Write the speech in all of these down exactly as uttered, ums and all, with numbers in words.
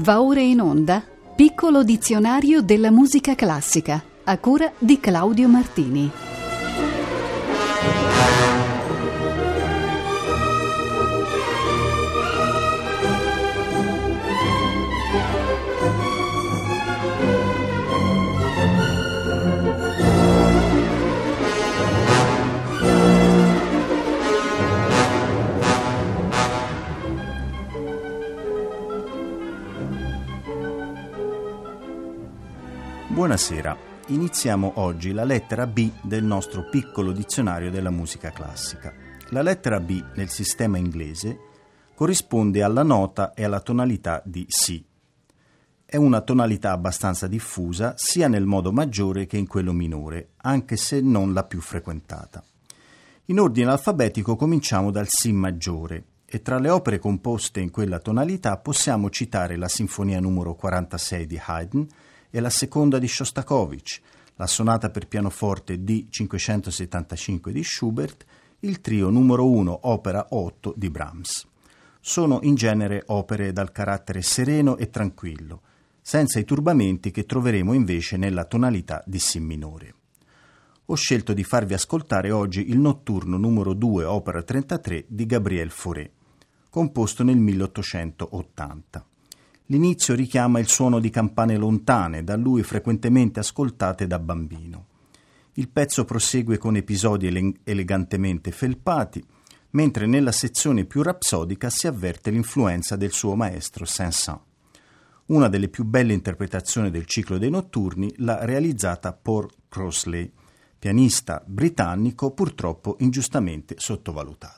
Va ora in onda Piccolo dizionario della musica classica, a cura di Claudio Martini. Buonasera, iniziamo oggi la lettera B del nostro piccolo dizionario della musica classica. La lettera B nel sistema inglese corrisponde alla nota e alla tonalità di Si. È una tonalità abbastanza diffusa sia nel modo maggiore che in quello minore, anche se non la più frequentata. In ordine alfabetico cominciamo dal Si maggiore e tra le opere composte in quella tonalità possiamo citare la Sinfonia numero quarantasei di Haydn e la seconda di Shostakovich, la sonata per pianoforte D cinquecentosettantacinque di Schubert, il trio numero uno opera otto di Brahms. Sono in genere opere dal carattere sereno e tranquillo, senza i turbamenti che troveremo invece nella tonalità di Si minore. Ho scelto di farvi ascoltare oggi il notturno numero due opera trentatré di Gabriel Fauré, composto nel milleottocentottanta. L'inizio richiama il suono di campane lontane, da lui frequentemente ascoltate da bambino. Il pezzo prosegue con episodi ele- elegantemente felpati, mentre nella sezione più rapsodica si avverte l'influenza del suo maestro Saint-Saëns. Una delle più belle interpretazioni del ciclo dei notturni l'ha realizzata Paul Crossley, pianista britannico purtroppo ingiustamente sottovalutato.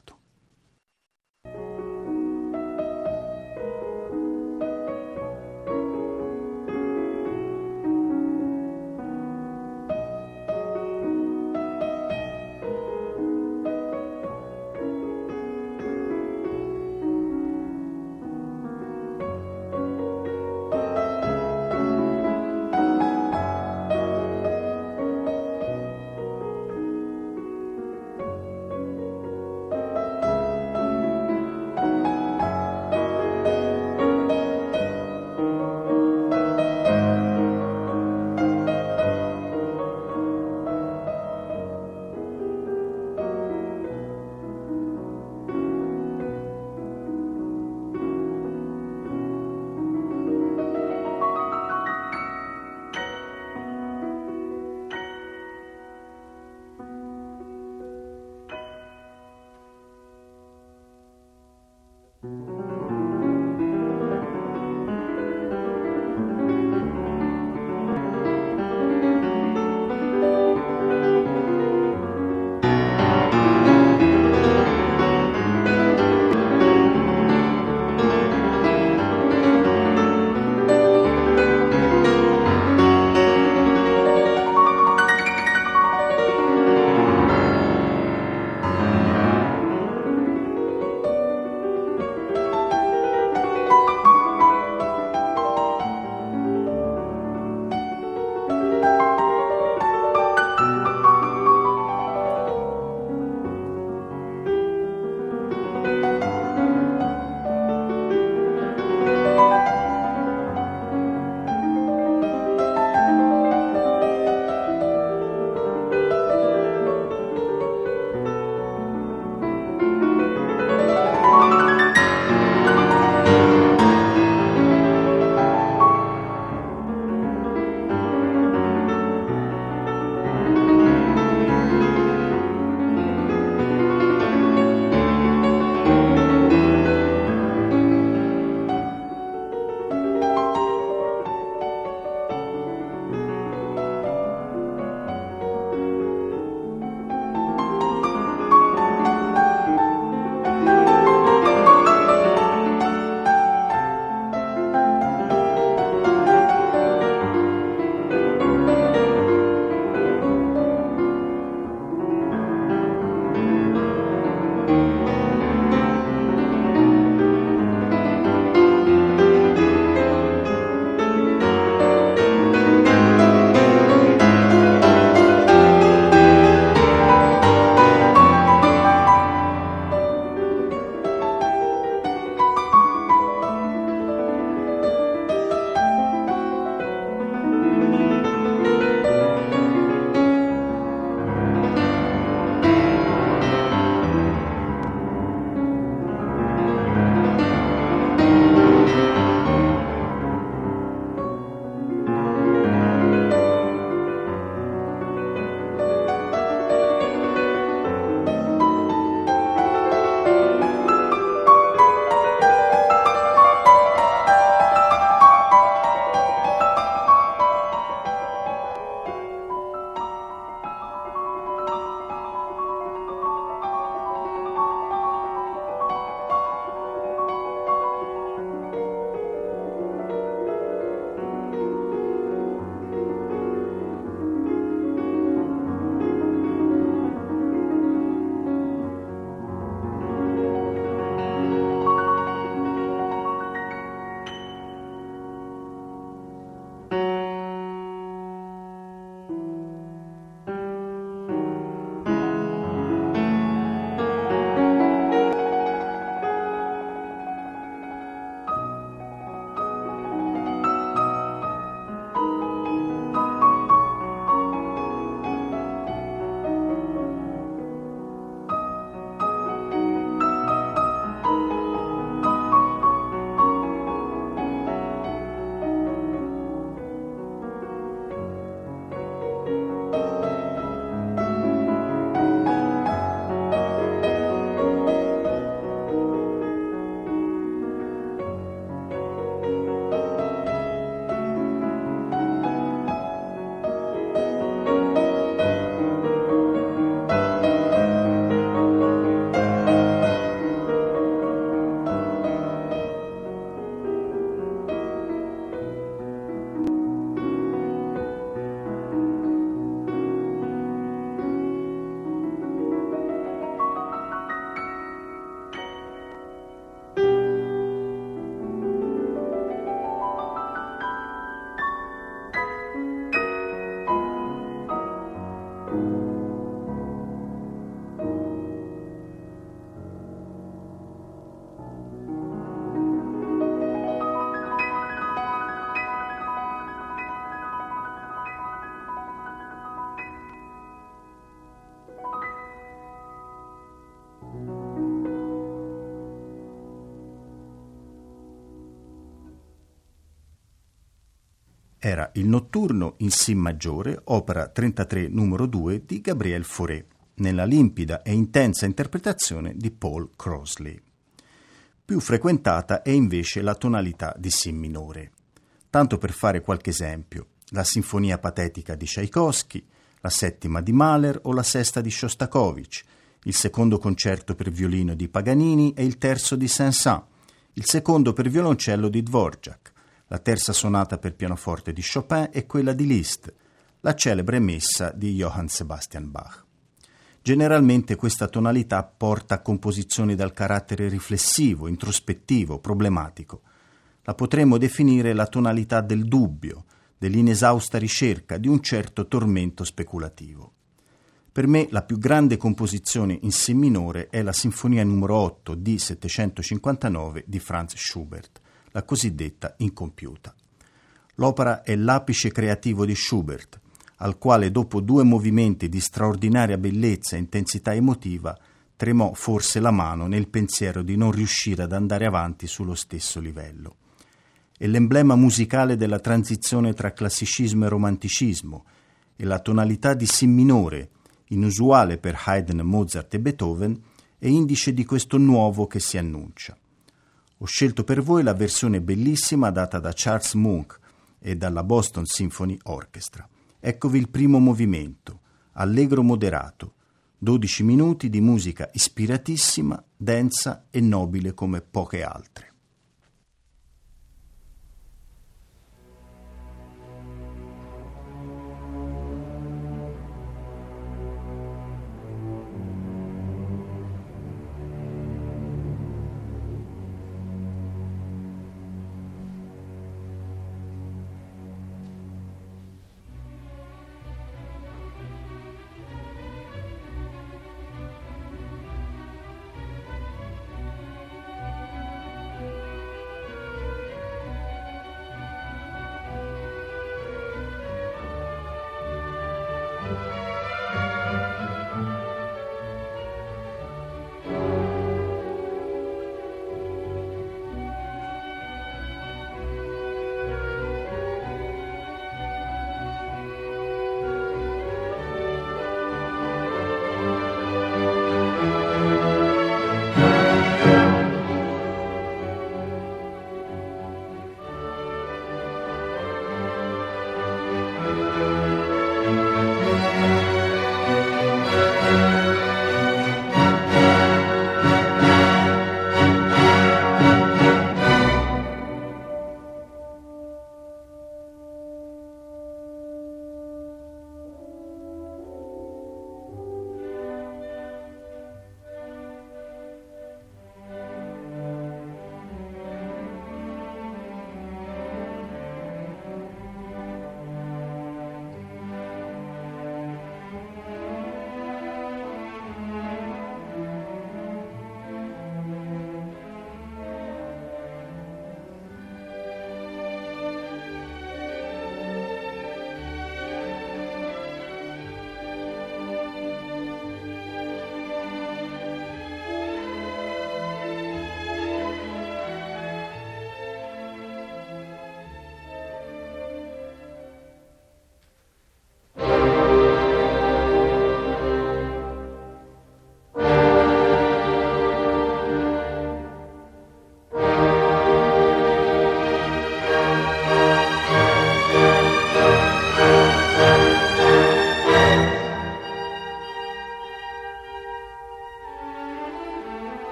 Era il notturno in Si maggiore, opera trentatré numero due di Gabriel Fauré, nella limpida e intensa interpretazione di Paul Crossley. Più frequentata è invece la tonalità di Si minore. Tanto per fare qualche esempio, la Sinfonia patetica di Tchaikovsky, la settima di Mahler o la sesta di Shostakovich, il secondo concerto per violino di Paganini e il terzo di Saint-Saëns, il secondo per violoncello di Dvorak, la terza sonata per pianoforte di Chopin e quella di Liszt, la celebre messa di Johann Sebastian Bach. Generalmente questa tonalità porta a composizioni dal carattere riflessivo, introspettivo, problematico. La potremmo definire la tonalità del dubbio, dell'inesausta ricerca, di un certo tormento speculativo. Per me la più grande composizione in Si minore è la Sinfonia numero otto D settecentocinquantanove di Franz Schubert, la cosiddetta incompiuta. L'opera è l'apice creativo di Schubert, al quale dopo due movimenti di straordinaria bellezza e intensità emotiva tremò forse la mano nel pensiero di non riuscire ad andare avanti sullo stesso livello. È l'emblema musicale della transizione tra classicismo e romanticismo, e la tonalità di Si minore, inusuale per Haydn, Mozart e Beethoven, è indice di questo nuovo che si annuncia. Ho scelto per voi la versione bellissima data da Charles Monk e dalla Boston Symphony Orchestra. Eccovi il primo movimento, allegro moderato, dodici minuti di musica ispiratissima, densa e nobile come poche altre.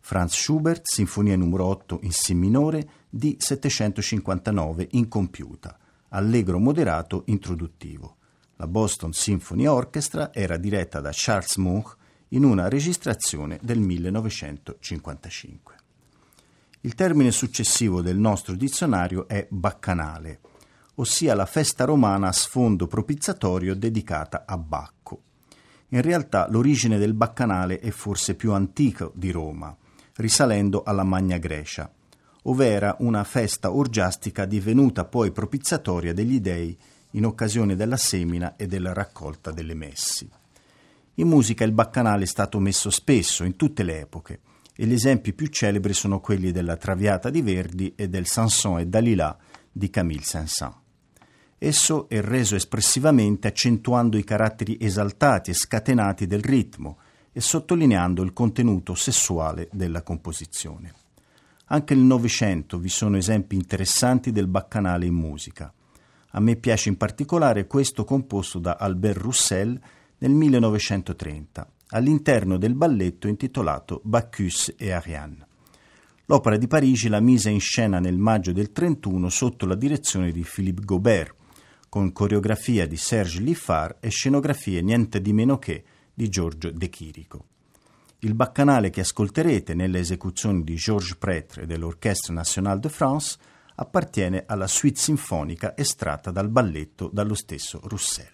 Franz Schubert, Sinfonia numero otto in Si minore, D settecentocinquantanove incompiuta, allegro moderato introduttivo. La Boston Symphony Orchestra era diretta da Charles Munch in una registrazione del millenovecentocinquantacinque. Il termine successivo del nostro dizionario è baccanale, ossia la festa romana a sfondo propiziatorio dedicata a Bacco. In realtà l'origine del baccanale è forse più antico di Roma, risalendo alla Magna Grecia, ovvero una festa orgiastica divenuta poi propiziatoria degli dei in occasione della semina e della raccolta delle messi. In musica il baccanale è stato messo spesso, in tutte le epoche, e gli esempi più celebri sono quelli della Traviata di Verdi e del Samson e Dalila di Camille Saint-Saëns. Esso è reso espressivamente accentuando i caratteri esaltati e scatenati del ritmo e sottolineando il contenuto sessuale della composizione. Anche nel Novecento vi sono esempi interessanti del baccanale in musica. A me piace in particolare questo composto da Albert Roussel nel millenovecentotrenta, all'interno del balletto intitolato Bacchus et Ariane. L'Opera di Parigi la mise in scena nel maggio del trentuno sotto la direzione di Philippe Gaubert, con coreografia di Serge Liffard e scenografie niente di meno che di Giorgio De Chirico. Il baccanale che ascolterete nelle esecuzioni di Georges Prêtre e dell'Orchestre Nationale de France appartiene alla suite sinfonica estratta dal balletto dallo stesso Roussel.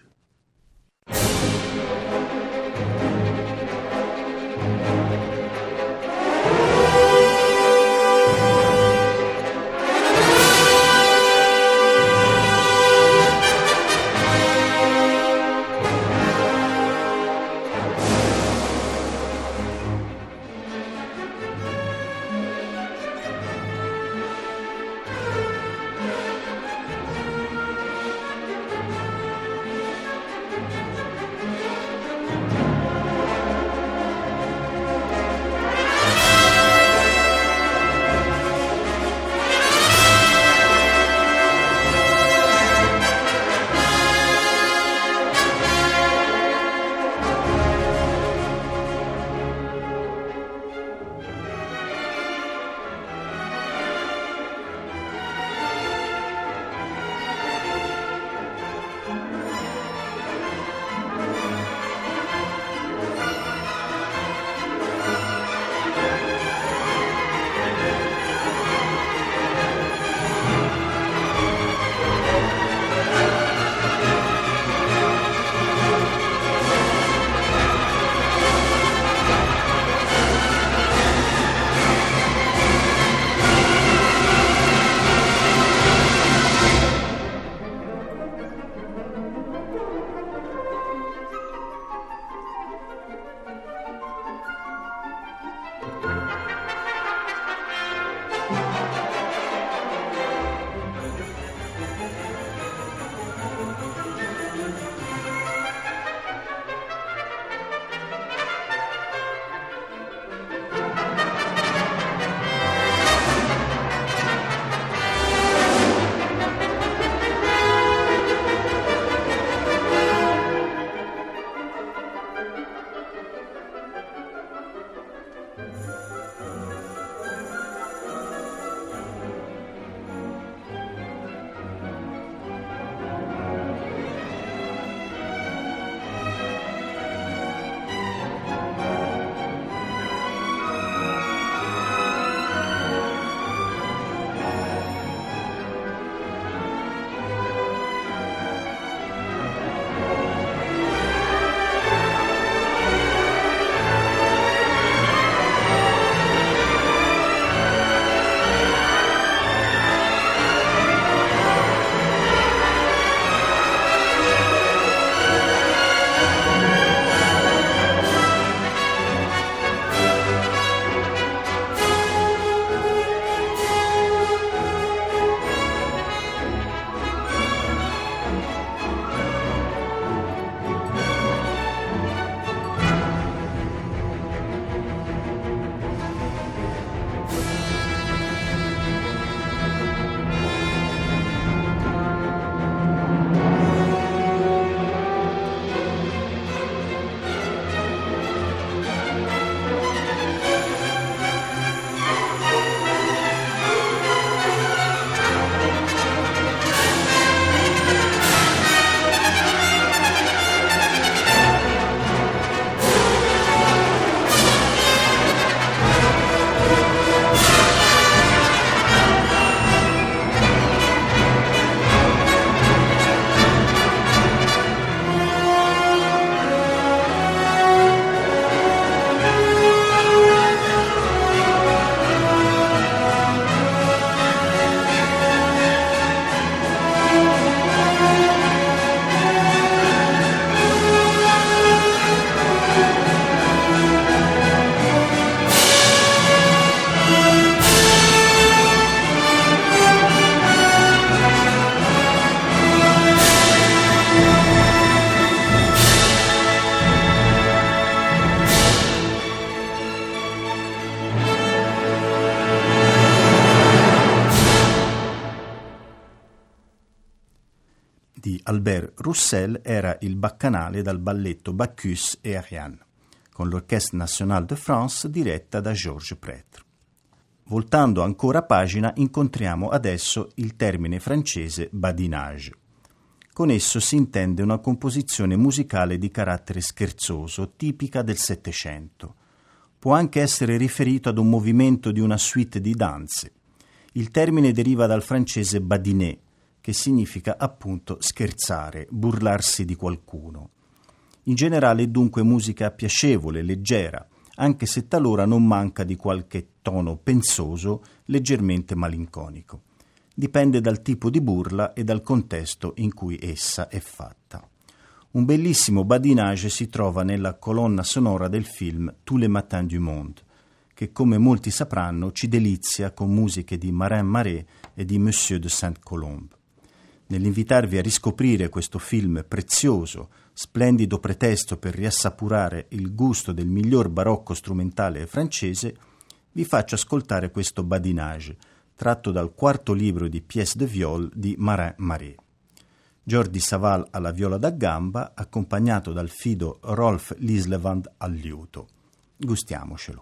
Albert Roussel era il baccanale dal balletto Bacchus et Ariane, con l'Orchestre Nationale de France diretta da Georges Prêtre. Voltando ancora pagina, incontriamo adesso il termine francese badinage. Con esso si intende una composizione musicale di carattere scherzoso, tipica del Settecento. Può anche essere riferito ad un movimento di una suite di danze. Il termine deriva dal francese badiner, che significa appunto scherzare, burlarsi di qualcuno. In generale è dunque musica piacevole, leggera, anche se talora non manca di qualche tono pensoso, leggermente malinconico. Dipende dal tipo di burla e dal contesto in cui essa è fatta. Un bellissimo badinage si trova nella colonna sonora del film Tous les matins du monde, che come molti sapranno ci delizia con musiche di Marin Marais e di Monsieur de Sainte-Colombe. Nell'invitarvi a riscoprire questo film prezioso, splendido pretesto per riassapurare il gusto del miglior barocco strumentale francese, vi faccio ascoltare questo badinage, tratto dal quarto libro di Pièces de viol di Marin Marais. Jordi Savall alla viola da gamba, accompagnato dal fido Rolf Lislevand al liuto. Gustiamocelo.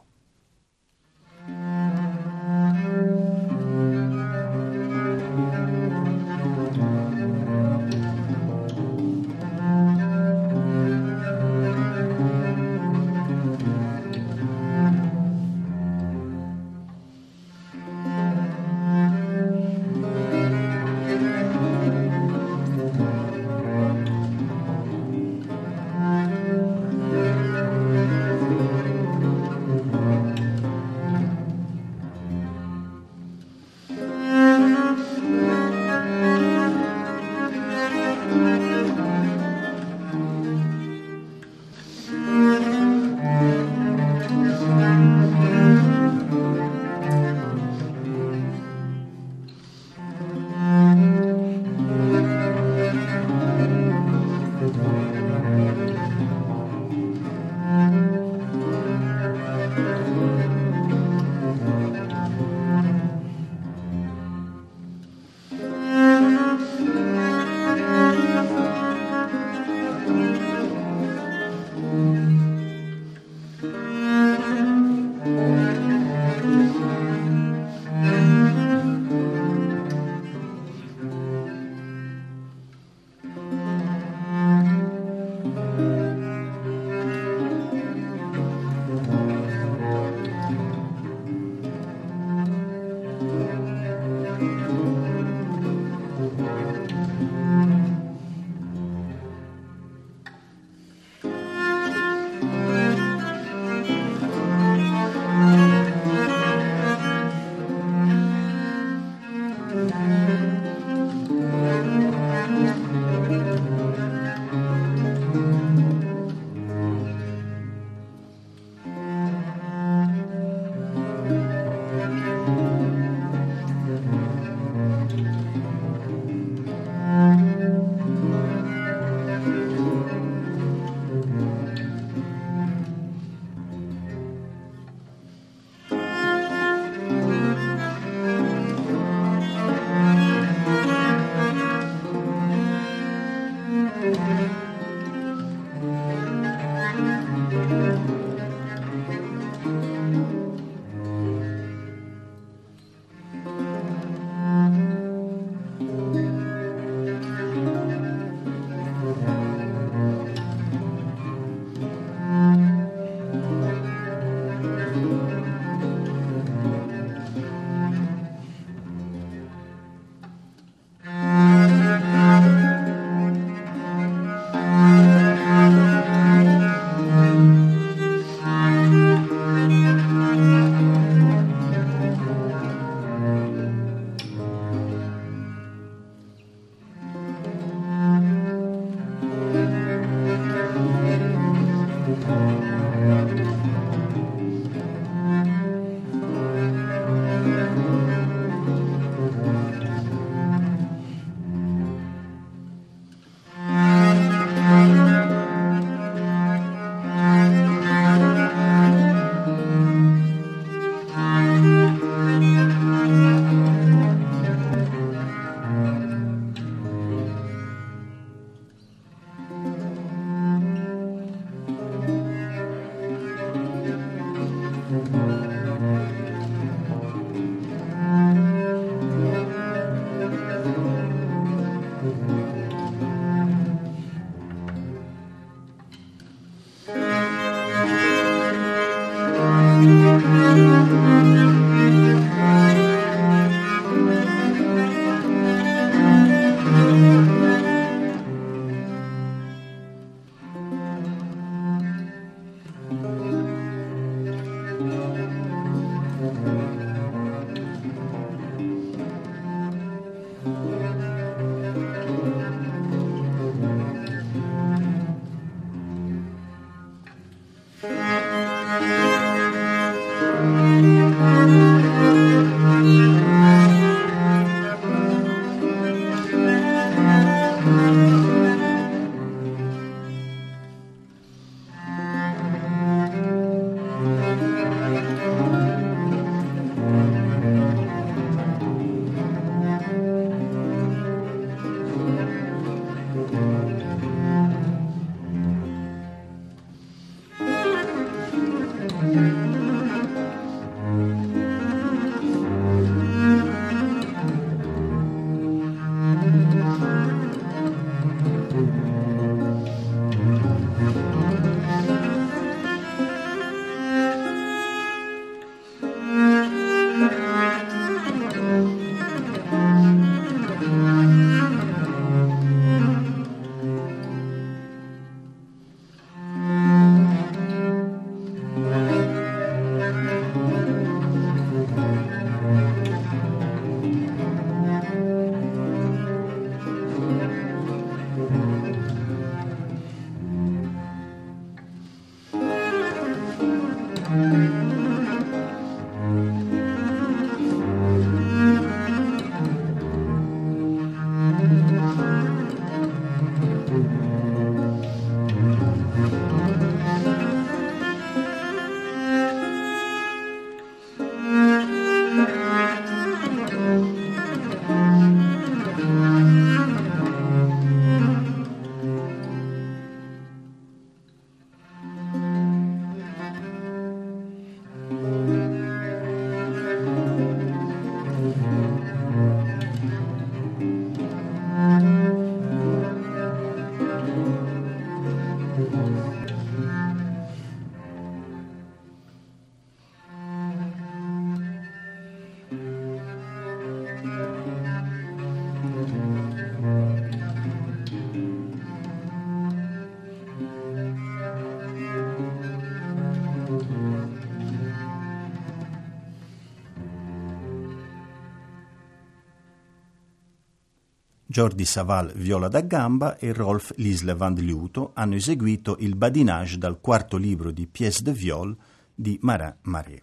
Jordi Savall viola da gamba e Rolf Lislevand liuto hanno eseguito il badinage dal quarto libro di Pièces de viol di Marin Marais.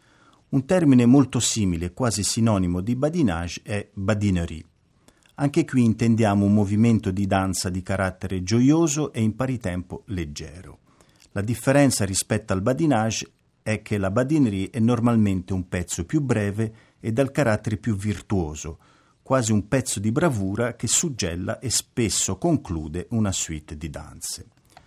Un termine molto simile, quasi sinonimo di badinage, è badinerie. Anche qui intendiamo un movimento di danza di carattere gioioso e in pari tempo leggero. La differenza rispetto al badinage è che la badinerie è normalmente un pezzo più breve e dal carattere più virtuoso, quasi un pezzo di bravura che suggella e spesso conclude una suite di danze.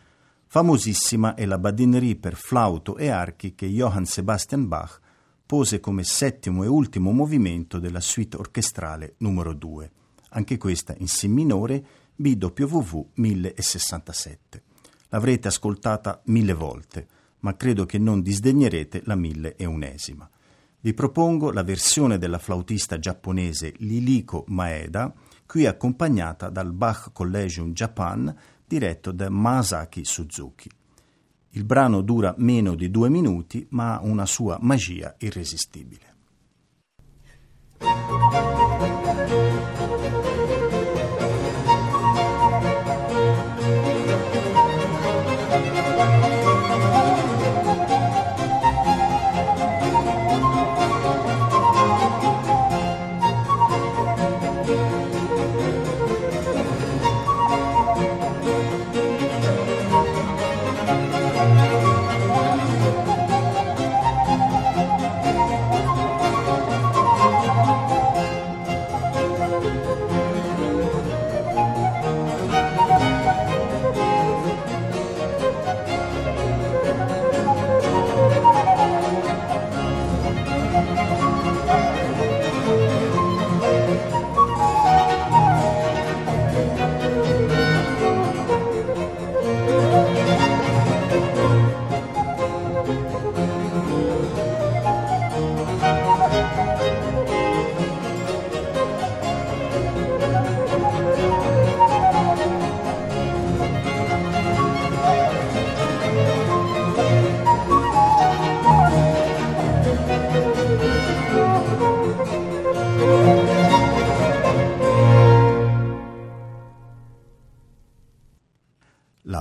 Famosissima è la badinerie per flauto e archi che Johann Sebastian Bach pose come settimo e ultimo movimento della suite orchestrale numero due, anche questa in Si minore, B W V mille sessantasette. L'avrete ascoltata mille volte, ma credo che non disdegnerete la mille e unesima. Vi propongo la versione della flautista giapponese Liriko Maeda, qui accompagnata dal Bach Collegium Japan diretto da Masaki Suzuki. Il brano dura meno di due minuti, ma ha una sua magia irresistibile.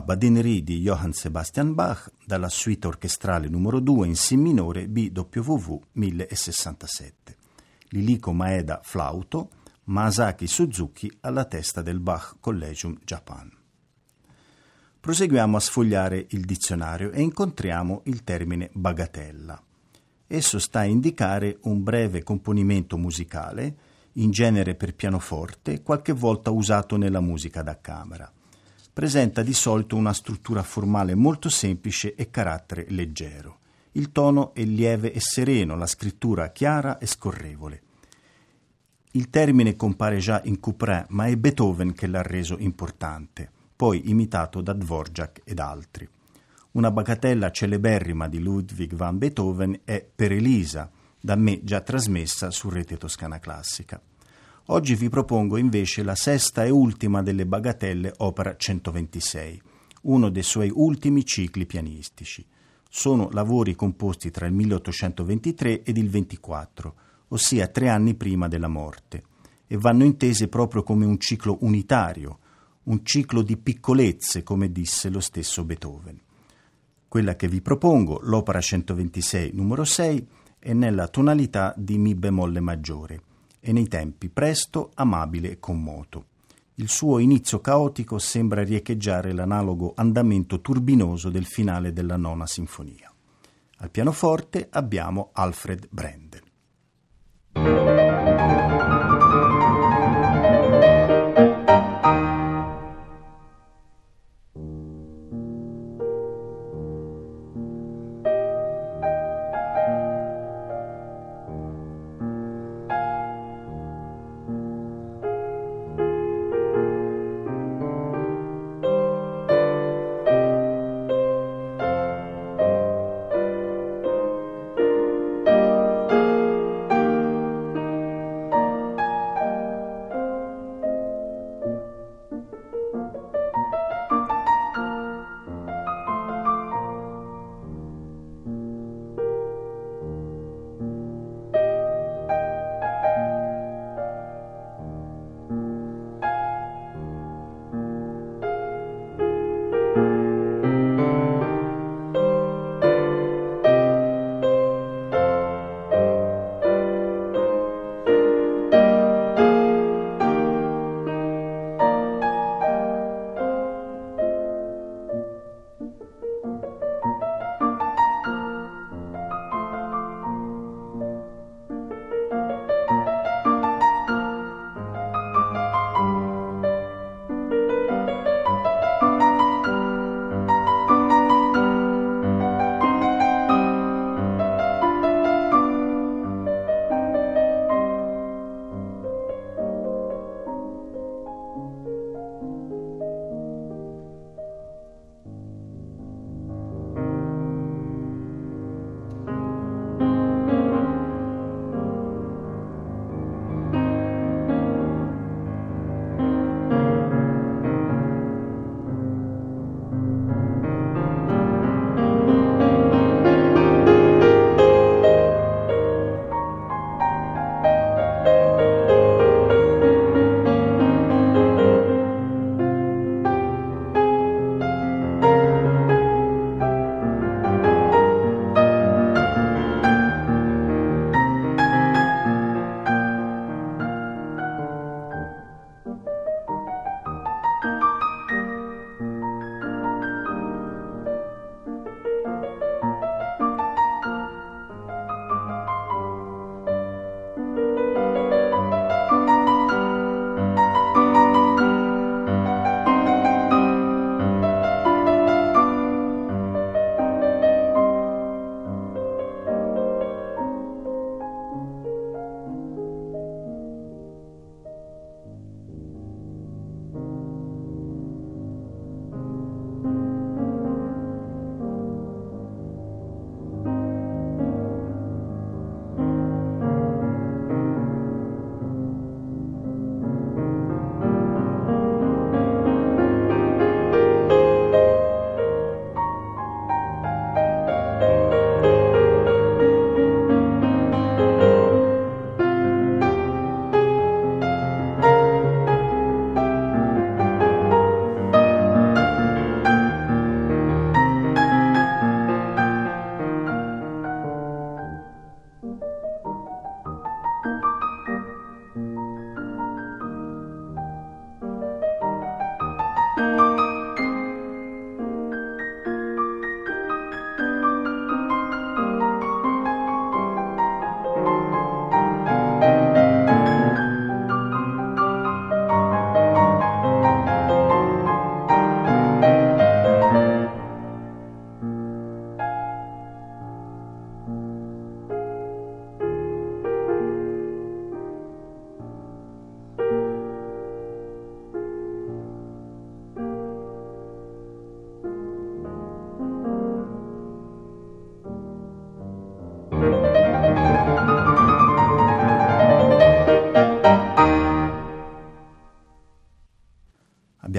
La Badinerie di Johann Sebastian Bach dalla suite orchestrale numero due in Si minore B W V mille sessantasette. Liliko Maeda flauto, Masaaki Suzuki alla testa del Bach Collegium Japan. Proseguiamo a sfogliare il dizionario e incontriamo il termine bagatella. Esso sta a indicare un breve componimento musicale, in genere per pianoforte, qualche volta usato nella musica da camera. Presenta di solito una struttura formale molto semplice e carattere leggero. Il tono è lieve e sereno, la scrittura chiara e scorrevole. Il termine compare già in Couperin, ma è Beethoven che l'ha reso importante, poi imitato da Dvorak ed altri. Una bagatella celeberrima di Ludwig van Beethoven è Per Elisa, da me già trasmessa su Rete Toscana Classica. Oggi vi propongo invece la sesta e ultima delle bagatelle, opera centoventisei, uno dei suoi ultimi cicli pianistici. Sono lavori composti tra il milleottocentoventitré ed il ventiquattro, ossia tre anni prima della morte, e vanno intese proprio come un ciclo unitario, un ciclo di piccolezze, come disse lo stesso Beethoven. Quella che vi propongo, l'opera centoventisei numero sei, è nella tonalità di Mi bemolle maggiore e nei tempi presto, amabile e commoto. Il suo inizio caotico sembra riecheggiare l'analogo andamento turbinoso del finale della nona sinfonia. Al pianoforte abbiamo Alfred Brendel.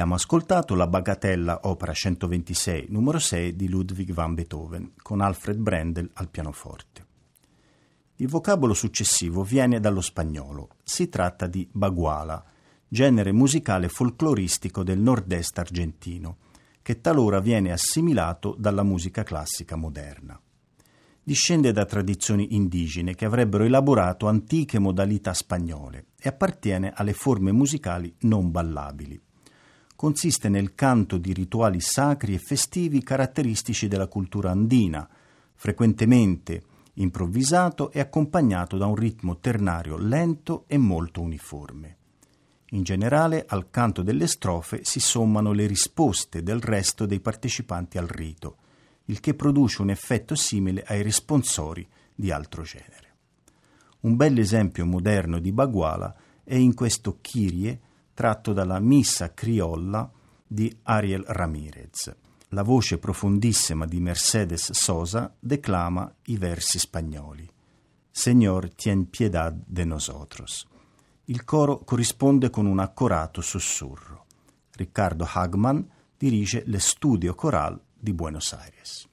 Abbiamo ascoltato la Bagatella opera centoventisei numero sei di Ludwig van Beethoven con Alfred Brendel al pianoforte. Il vocabolo successivo viene dallo spagnolo. Si tratta di baguala, genere musicale folcloristico del nord-est argentino, che talora viene assimilato dalla musica classica moderna. Discende da tradizioni indigene che avrebbero elaborato antiche modalità spagnole e appartiene alle forme musicali non ballabili. Consiste nel canto di rituali sacri e festivi caratteristici della cultura andina, frequentemente improvvisato e accompagnato da un ritmo ternario lento e molto uniforme. In generale, al canto delle strofe si sommano le risposte del resto dei partecipanti al rito, il che produce un effetto simile ai responsori di altro genere. Un bel esempio moderno di baguala è in questo Kyrie tratto dalla Missa criolla di Ariel Ramirez. La voce profondissima di Mercedes Sosa declama i versi spagnoli. Señor, tien piedad de nosotros. Il coro corrisponde con un accorato sussurro. Riccardo Hagman dirige l'Estudio Coral di Buenos Aires.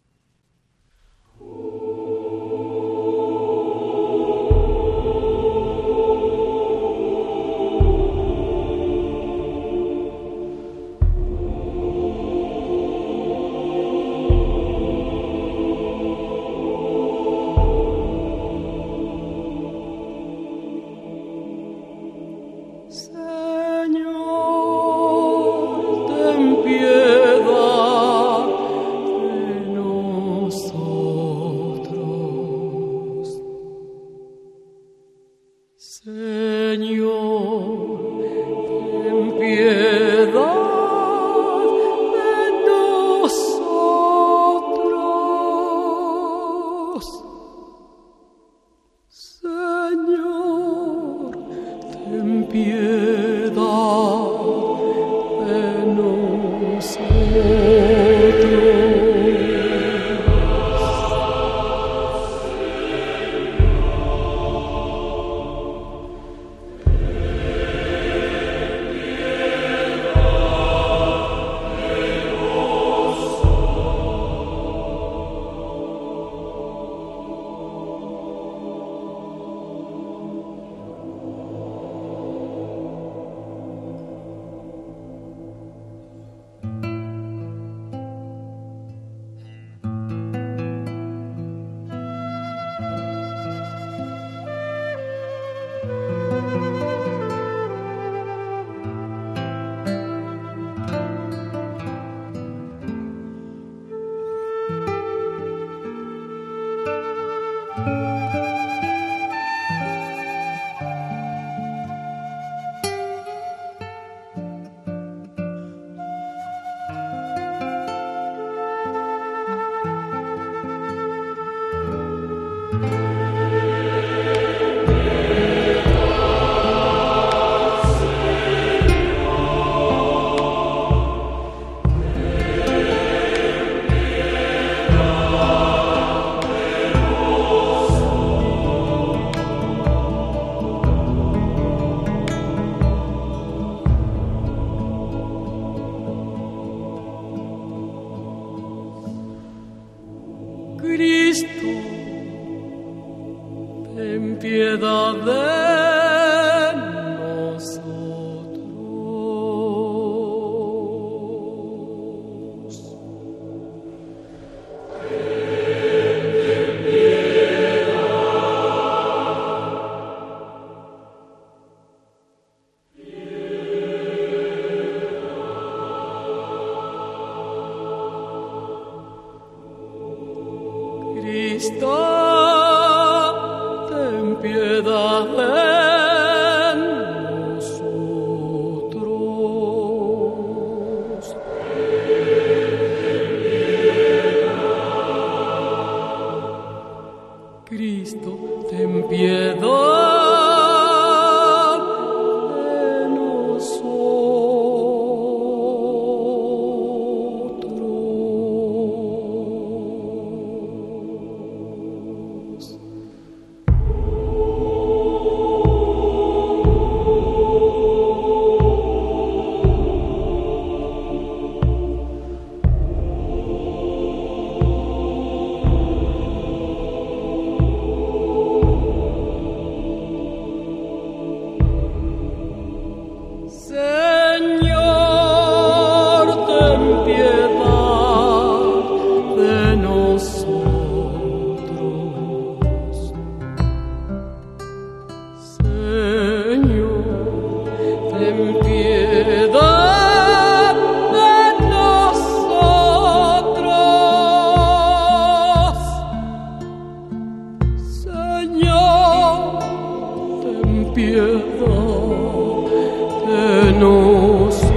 piedad de nosotros.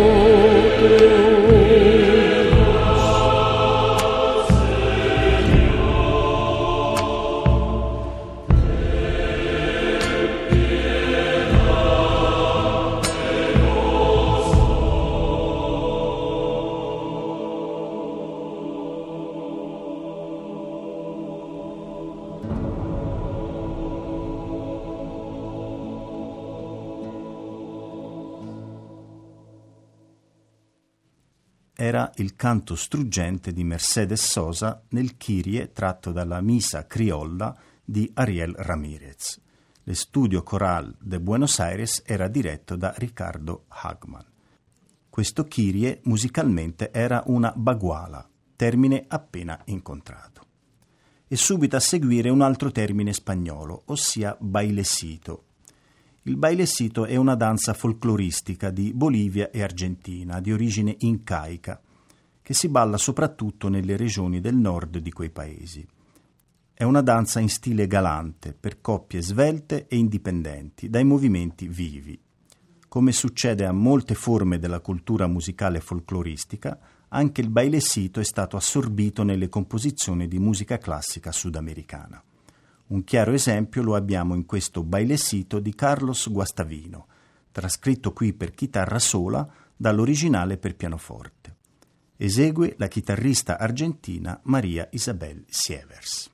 Era il canto struggente di Mercedes Sosa nel Kyrie tratto dalla Misa Criolla di Ariel Ramírez. L'Estudio Coral de Buenos Aires era diretto da Ricardo Hagman. Questo Kyrie musicalmente era una baguala, termine appena incontrato. E subito a seguire un altro termine spagnolo, ossia bailecito. Il bailecito è una danza folcloristica di Bolivia e Argentina, di origine incaica, che si balla soprattutto nelle regioni del nord di quei paesi. È una danza in stile galante, per coppie svelte e indipendenti, dai movimenti vivi. Come succede a molte forme della cultura musicale folcloristica, anche il bailecito è stato assorbito nelle composizioni di musica classica sudamericana. Un chiaro esempio lo abbiamo in questo bailecito di Carlos Guastavino, trascritto qui per chitarra sola dall'originale per pianoforte. Esegue la chitarrista argentina María Isabel Sievers.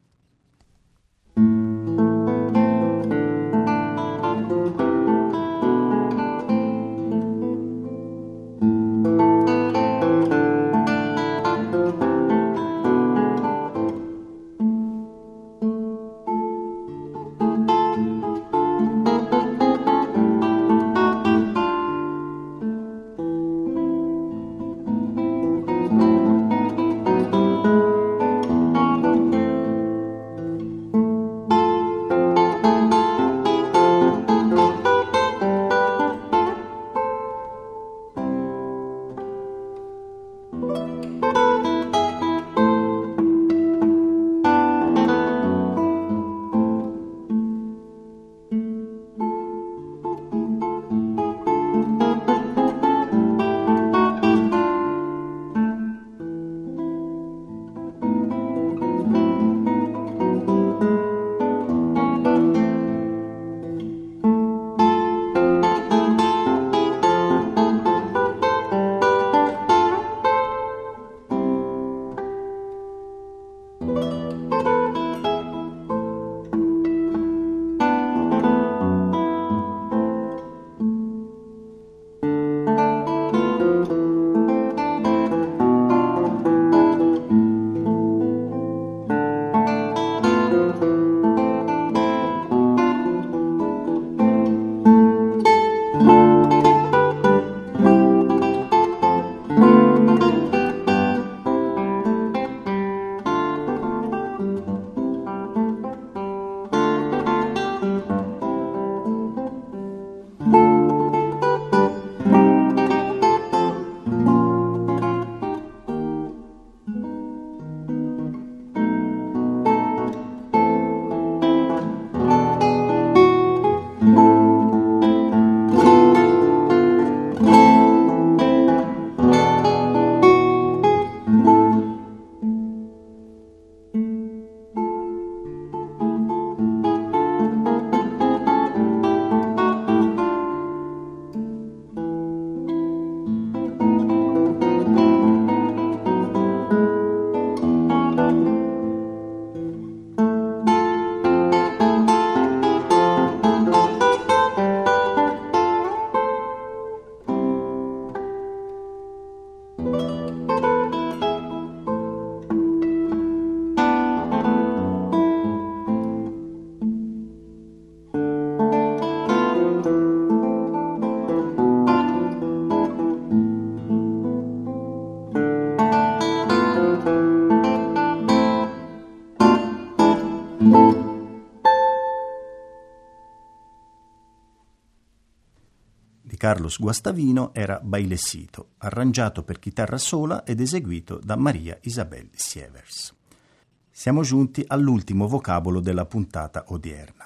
Carlos Guastavino era Bailecito, arrangiato per chitarra sola ed eseguito da María Isabel Sievers. Siamo giunti all'ultimo vocabolo della puntata odierna.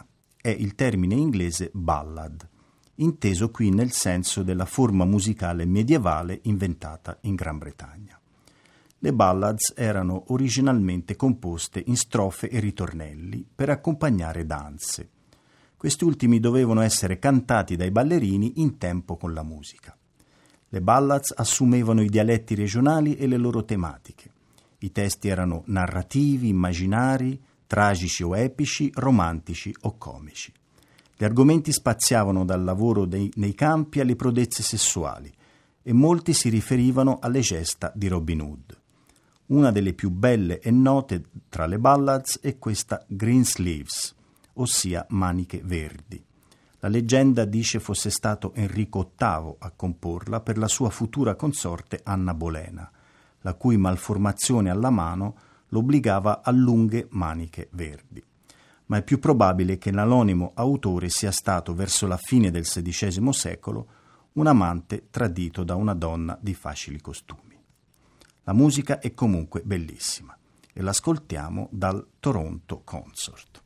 è il termine inglese ballad, inteso qui nel senso della forma musicale medievale inventata in Gran Bretagna. Le ballads erano originalmente composte in strofe e ritornelli per accompagnare danze. Questi ultimi dovevano essere cantati dai ballerini in tempo con la musica. Le ballads assumevano i dialetti regionali e le loro tematiche. I testi erano narrativi, immaginari, tragici o epici, romantici o comici. Gli argomenti spaziavano dal lavoro dei, nei campi alle prodezze sessuali e molti si riferivano alle gesta di Robin Hood. Una delle più belle e note tra le ballads è questa Greensleeves, ossia Maniche Verdi. La leggenda dice fosse stato Enrico ottavo a comporla per la sua futura consorte Anna Bolena, la cui malformazione alla mano lo obbligava a lunghe maniche verdi. Ma è più probabile che l'anonimo autore sia stato, verso la fine del sedicesimo secolo, un amante tradito da una donna di facili costumi. La musica è comunque bellissima e l'ascoltiamo dal Toronto Consort.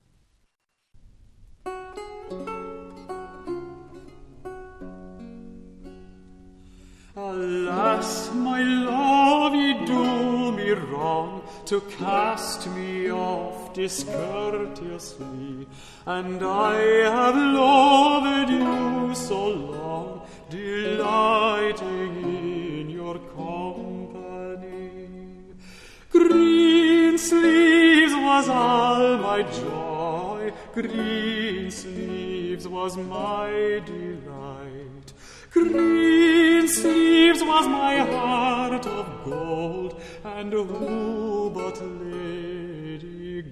Alas, my love, ye do me wrong to cast me off discourteously, and I have loved you so long, delighting in your company. Greensleeves was all my joy, Greensleeves was my delight, Greensleeves was my heart of gold, and who but Lady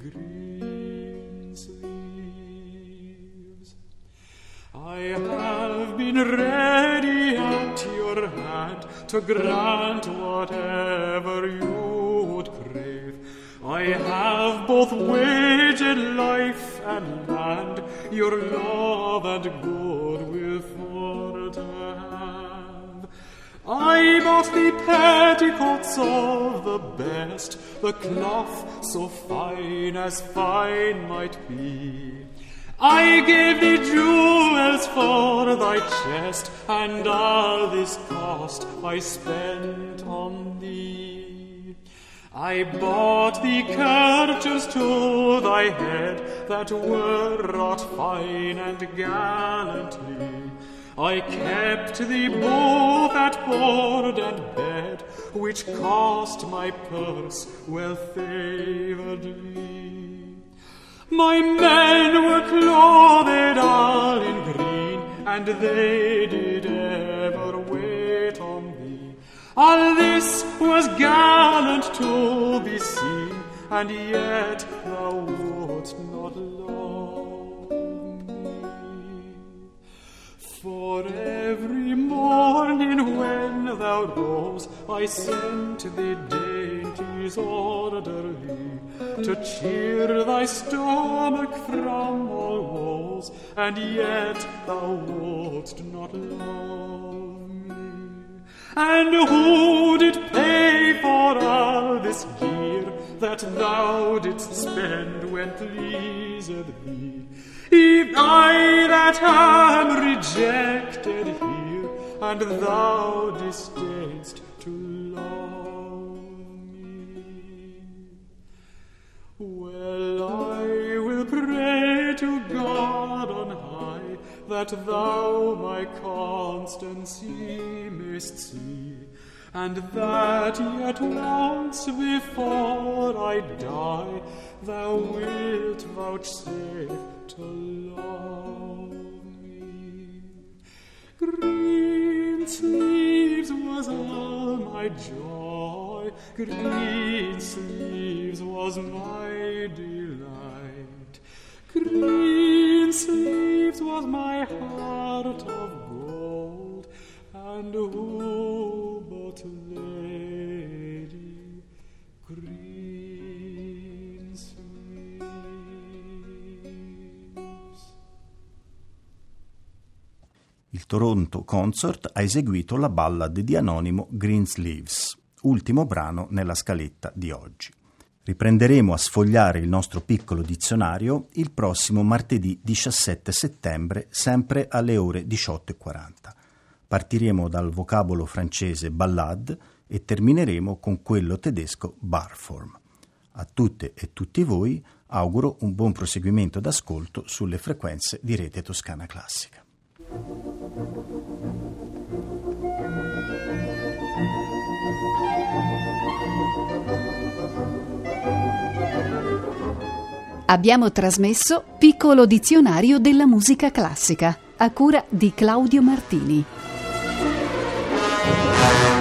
Greensleeves? I have been ready at your hand to grant whatever you would crave. I have both waged life and land, your love and goodwill for to have. I bought the petticoats of the best, the cloth so fine as fine might be. I gave thee jewels for thy chest, and all this cost I spent on thee. I bought thee kerchiefs to thy head that were wrought fine and gallantly. I kept thee both at board and bed, which cost my purse well favouredly. My men were clothed all in green, and they did ever wait on thee. All this was gallant to be seen, and yet thou wouldst not love me. For every morning when thou rose, I sent thee dainties orderly, to cheer thy stomach from all woes, and yet thou wouldst not love me. And who did pay for all this gear that thou didst spend when pleased thee? If I that am rejected here, and thou disdainst to love me, well, I will pray to God on high, that thou my constancy mayst see, and that yet once before I die, thou wilt vouchsafe to love me. Greensleeves was all my joy, Greensleeves was my delight, Greensleeves was my heart of gold, and who but Lady Greensleeves? Il Toronto Consort ha eseguito la ballad di Anonimo Greensleeves, ultimo brano nella scaletta di oggi. Riprenderemo a sfogliare il nostro piccolo dizionario il prossimo martedì diciassette settembre, sempre alle ore diciotto e quaranta. Partiremo dal vocabolo francese ballade e termineremo con quello tedesco barform. A tutte e tutti voi auguro un buon proseguimento d'ascolto sulle frequenze di Rete Toscana Classica. Abbiamo trasmesso Piccolo dizionario della musica classica, a cura di Claudio Martini.